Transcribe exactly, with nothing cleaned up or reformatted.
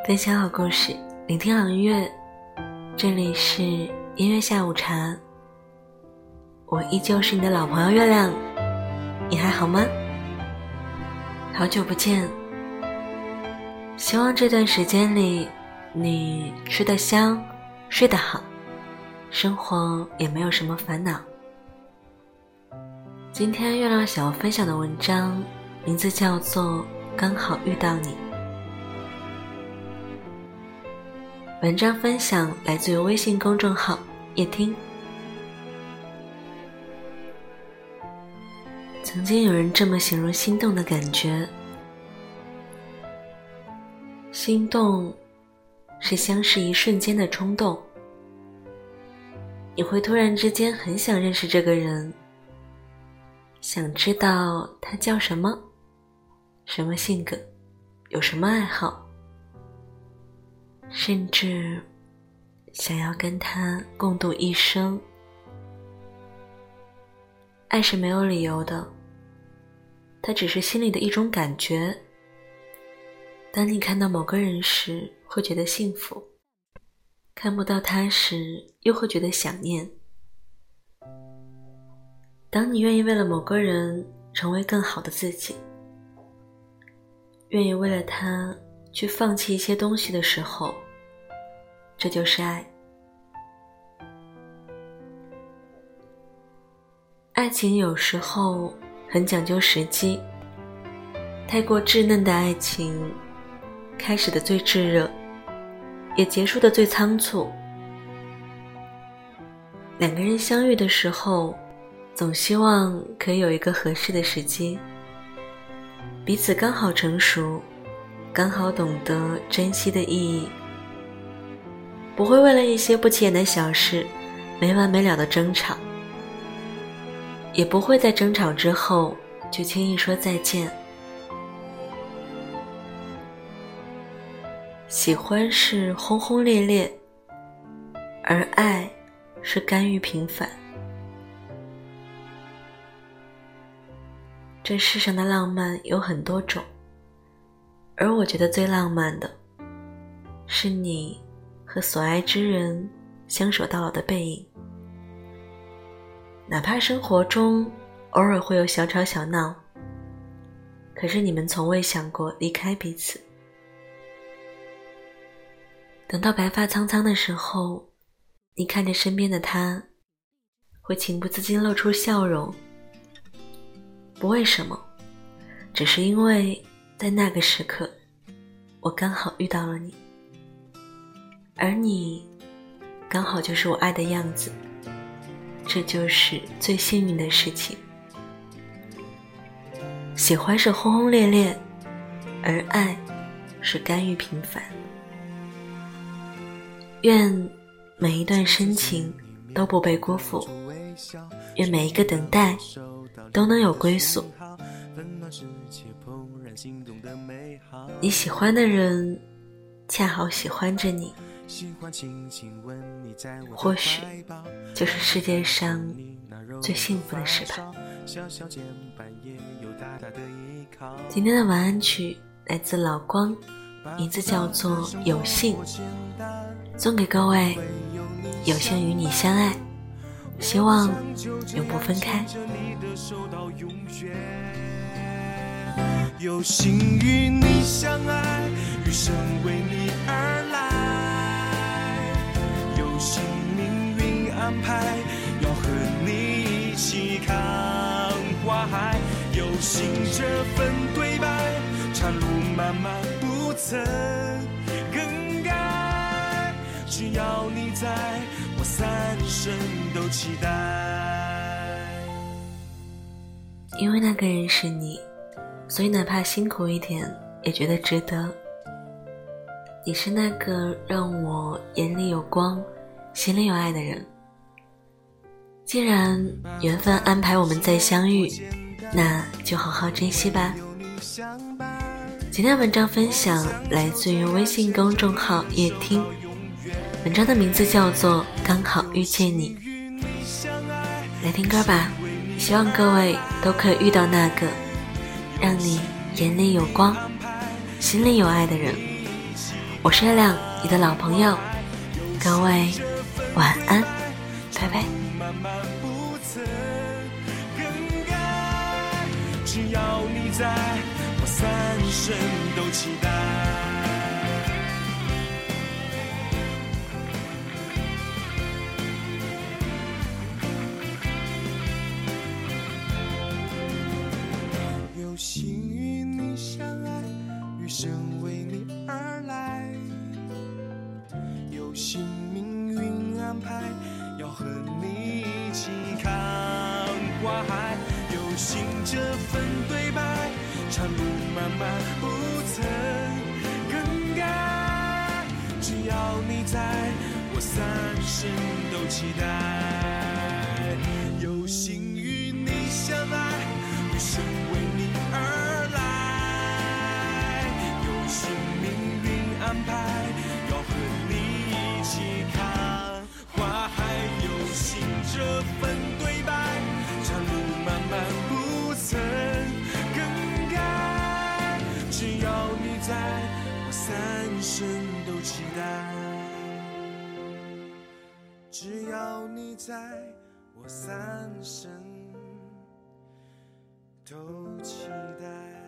分享好故事，聆听好音乐，这里是音乐下午茶，我依旧是你的老朋友月亮，你还好吗？好久不见，希望这段时间里你吃得香，睡得好，生活也没有什么烦恼。今天月亮想要分享的文章名字叫做刚好遇到你。文章分享来自于微信公众号夜听。曾经有人这么形容心动的感觉，心动是相识一瞬间的冲动，你会突然之间很想认识这个人，想知道他叫什么，什么性格，有什么爱好，甚至想要跟他共度一生。爱是没有理由的，它只是心里的一种感觉。当你看到某个人时会觉得幸福，看不到他时又会觉得想念。当你愿意为了某个人成为更好的自己，愿意为了他去放弃一些东西的时候，这就是爱。爱情有时候很讲究时机，太过稚嫩的爱情，开始的最炙热，也结束的最仓促。两个人相遇的时候，总希望可以有一个合适的时机，彼此刚好成熟，刚好懂得珍惜的意义，不会为了一些不起眼的小事没完没了的争吵，也不会在争吵之后就轻易说再见。喜欢是轰轰烈烈，而爱是甘于平凡。这世上的浪漫有很多种，而我觉得最浪漫的是你和所爱之人相守到老的背影。哪怕生活中偶尔会有小吵小闹，可是你们从未想过离开彼此。等到白发苍苍的时候，你看着身边的他，会情不自禁露出笑容。不为什么，只是因为在那个时刻，我刚好遇到了你，而你刚好就是我爱的样子，这就是最幸运的事情。喜欢是轰轰烈烈，而爱是甘于平凡。愿每一段深情都不被辜负，愿每一个等待都能有归宿。你喜欢的人恰好喜欢着你，或许就是世界上最幸福的事吧。今天的晚安曲来自老光，名字叫做有幸，送给各位有幸与你相爱，希望永不分开。 有幸与你相爱，余生为你而来，有幸命运安排，要和你一起看花海，有幸这份对白，长路漫漫不曾更改，只要你在，我三生都期待。 因为那个人是你，所以哪怕辛苦一点也觉得值得。你是那个让我眼里有光，心里有爱的人。既然缘分安排我们再相遇，那就好好珍惜吧。今天文章分享来自于微信公众号夜听，文章的名字叫做刚好遇见你。来听歌吧，希望各位都可以遇到那个让你眼里有光，心里有爱的人。 我是月亮，你的老朋友，各位晚安，拜拜。 只要你在，我三生都期待。有幸与你相爱，余生为你而来。有幸命运安排，要和你一起看花海。有幸这份对白，长路漫漫不曾更改。只要你在，我三生都期待。有幸与你相爱，余生为你而来。有幸命运安排，要和你一起看花海。有幸这份对白，长路漫漫不曾更改。只要你在，我三生都期待。只要你在，我三生都期待。